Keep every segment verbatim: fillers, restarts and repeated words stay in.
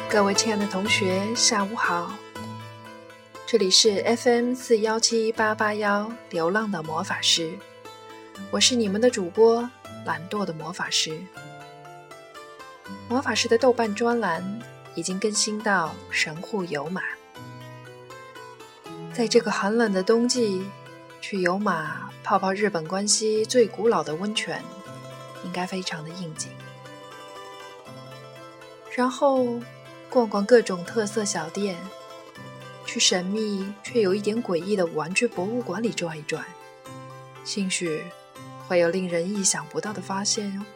各位亲爱的同学，下午好，这里是 F M 四一七八八一流浪的魔法师，我是你们的主播懒惰的魔法师。魔法师的豆瓣专栏已经更新到神户有马，在这个寒冷的冬季，去有马泡泡日本关西最古老的温泉，应该非常的应景。然后逛逛各种特色小店，去神秘却有一点诡异的玩具博物馆里转一转，兴许会有令人意想不到的发现哟。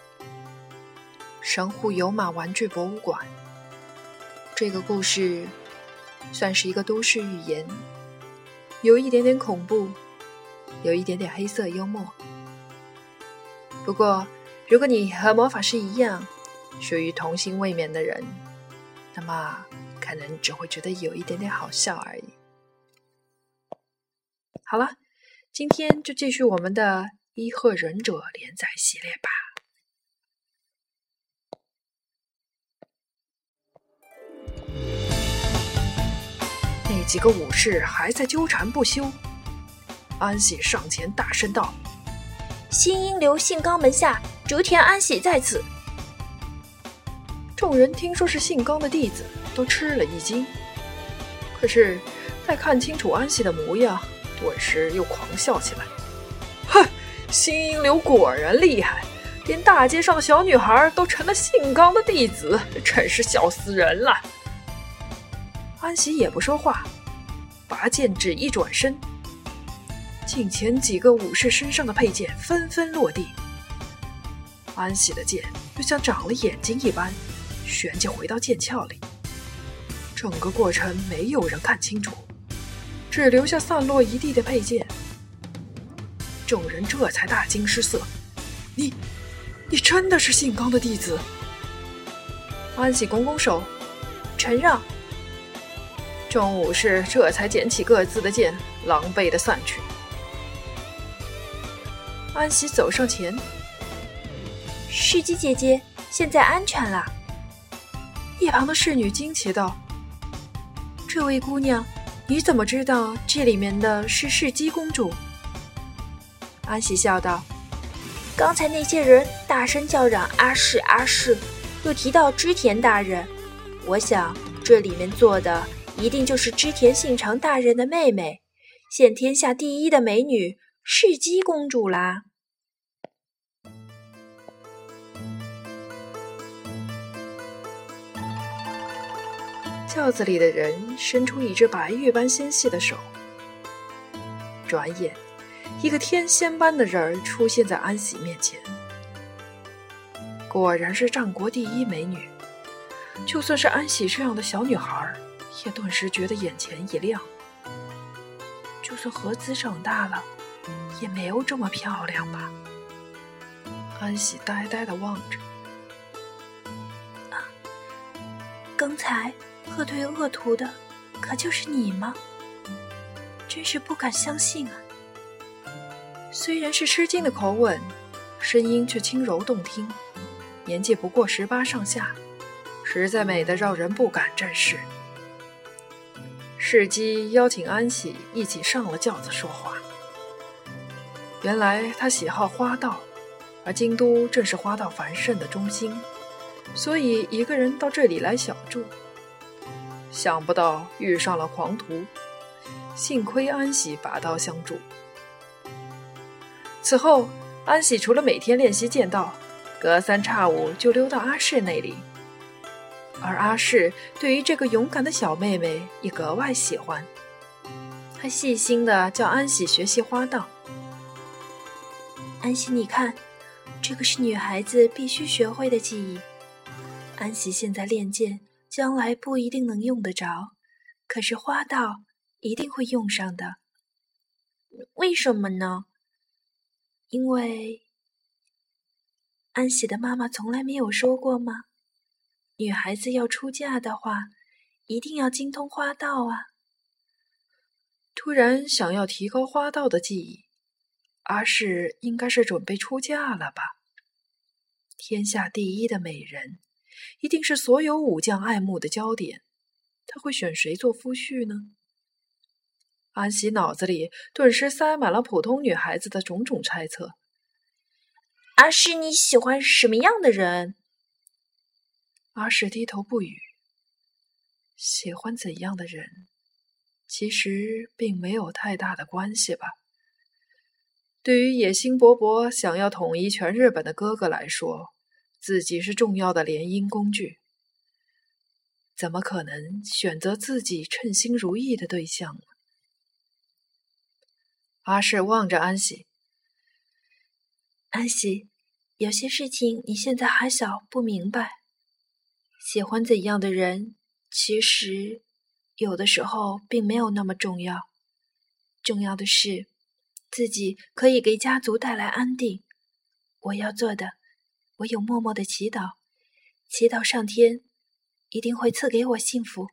神户有马玩具博物馆，这个故事算是一个都市寓言，有一点点恐怖，有一点点黑色幽默。不过如果你和魔法师一样属于童心未泯的人，那么可能只会觉得有一点点好笑而已。好了，今天就继续我们的伊贺忍者连载系列吧。那几个武士还在纠缠不休，安喜上前大声道： 新英流信纲门下，竹田安喜在此。 众人听说是信纲的弟子，都吃了一惊。可是再看清楚安喜的模样，顿时又狂笑起来。哼，新英流果然厉害，连大街上的小女孩都成了信纲的弟子，真是笑死人了。安喜也不说话，拔剑指一转身，近前几个武士身上的佩剑纷纷落地。安喜的剑就像长了眼睛一般旋即回到剑鞘里，整个过程没有人看清楚，只留下散落一地的佩剑。众人这才大惊失色，你你真的是信纲的弟子？安喜拱拱手承让。众武士这才捡起各自的剑，狼狈地散去。安喜走上前， 世姬姐姐现在安全了。 一旁的侍女惊奇道：这位姑娘，你怎么知道这里面的是世姬公主？安喜笑道： 刚才那些人大声叫嚷阿世阿世，又提到织田大人，我想这里面坐的一定就是织田信长大人的妹妹，现天下第一的美女世姬公主啦。 轿子里的人伸出一只白玉般纤细的手，转眼一个天仙般的人儿出现在安喜面前。果然是战国第一美女，就算是安喜这样的小女孩也顿时觉得眼前一亮。就算和子长大了也没有这么漂亮吧。安喜呆呆地望着。 啊，刚才恶对恶徒的可就是你吗？真是不敢相信啊。 虽然是吃惊的口吻，声音却轻柔动听，年纪不过十八上下，实在美得让人不敢正视。世姬邀请安喜一起上了轿子说话。原来他喜好花道，而京都正是花道繁盛的中心，所以一个人到这里来小住。想不到遇上了狂徒，幸亏安喜拔刀相助。此后安喜除了每天练习剑道，隔三差五就溜到阿世那里，而阿世对于这个勇敢的小妹妹也格外喜欢，还细心地教安喜学习花道。 安喜你看，这个是女孩子必须学会的技艺。安喜现在练剑，将来不一定能用得着，可是花道一定会用上的。为什么呢？因为安喜的妈妈从来没有说过吗？女孩子要出嫁的话，一定要精通花道啊。 突然想要提高花道的技艺，阿世应该是准备出嫁了吧？天下第一的美人， 一定是所有武将爱慕的焦点，他会选谁做夫婿呢？安喜脑子里顿时塞满了普通女孩子的种种猜测。 阿诗，你喜欢什么样的人？ 阿诗低头不语。喜欢怎样的人，其实并没有太大的关系吧。对于野心勃勃想要统一全日本的哥哥来说，自己是重要的联姻工具，怎么可能选择自己称心如意的对象呢？阿诗望着安喜。 安喜，有些事情你现在还小，不明白。喜欢怎样的人，其实有的时候并没有那么重要。重要的是，自己可以给家族带来安定。我要做的，我有默默的祈祷，祈祷上天一定会赐给我幸福。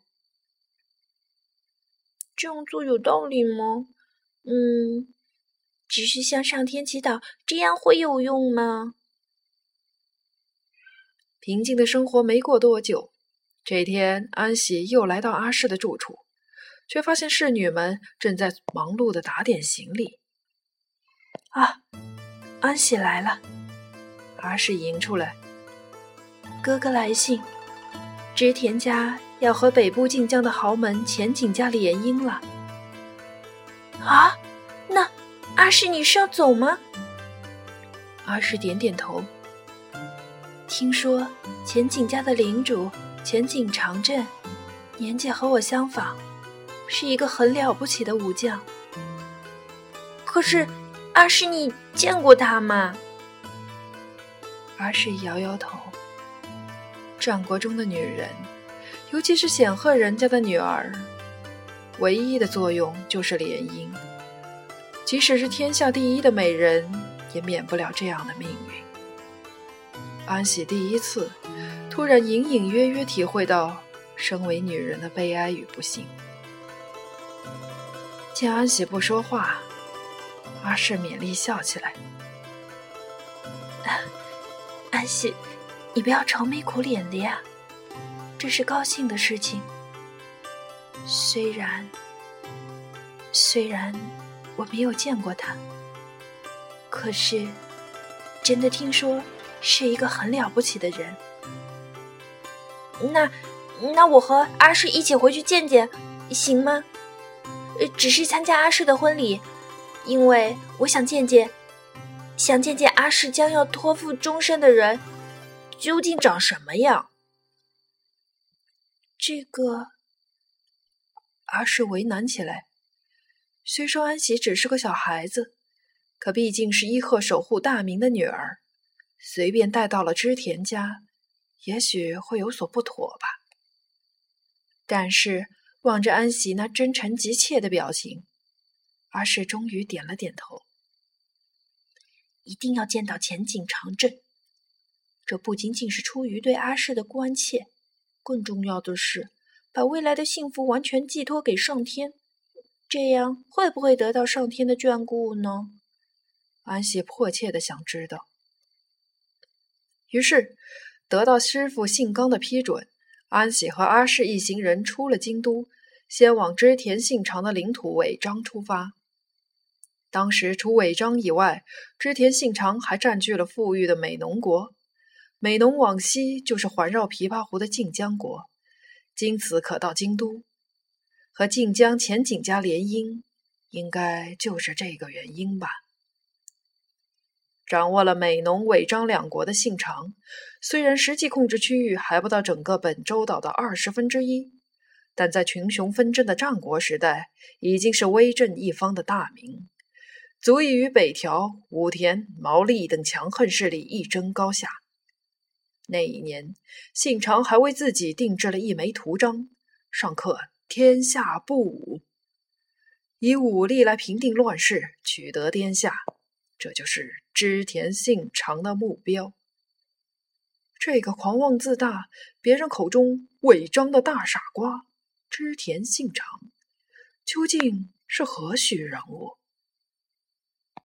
这样做有道理吗？嗯，只是向上天祈祷，这样会有用吗？ 平静的生活没过多久，这天安喜又来到阿诗的住处，却发现侍女们正在忙碌地打点行李。 啊，安喜来了。 阿诗迎出来。 哥哥来信，织田家要和北部近江的豪门前景家联姻了。啊，那阿诗你是要走吗？ 阿诗点点头。 听说前景家的领主前景长政年纪和我相仿，是一个很了不起的武将。可是阿诗你见过他吗？ 阿诗摇摇头。战国中的女人，尤其是显赫人家的女儿，唯一的作用就是联姻，即使是天下第一的美人，也免不了这样的命运。安喜第一次突然隐隐约约体会到身为女人的悲哀与不幸。见安喜不说话，阿诗勉力笑起来。 安喜，你不要愁眉苦脸的呀，这是高兴的事情。虽然虽然我没有见过他，可是真的听说是一个很了不起的人。那那我和阿诗一起回去见见行吗？只是参加阿诗的婚礼，因为我想见见想见见阿诗将要托付终身的人究竟长什么样。这个阿诗为难起来。虽说安喜只是个小孩子，可毕竟是伊贺守护大名的女儿，随便带到了织田家，也许会有所不妥吧。但是望着安喜那真诚急切的表情，阿诗终于点了点头。 一定要见到前景长政，这不仅仅是出于对阿诗的关切，更重要的是把未来的幸福完全寄托给上天，这样会不会得到上天的眷顾呢？ 安喜迫切地想知道。于是得到师父信刚的批准，安喜和阿诗一行人出了京都，先往织田信长的领土尾张出发。当时除尾张以外，织田信长还占据了富裕的美浓国，美浓往西就是环绕琵琶湖的近江国，经此可到京都。和近江前景家联姻，应该就是这个原因吧。掌握了美浓尾张两国的信长，虽然实际控制区域还不到整个本州岛的二十分之一，但在群雄纷争的战国时代，已经是威震一方的大名，足以与北条、武田、毛利等强横势力一争高下。那一年，信长还为自己定制了一枚图章，上刻天下不武，以武力来平定乱世，取得天下，这就是织田信长的目标。这个狂妄自大，别人口中尾张的大傻瓜织田信长，究竟是何许人物？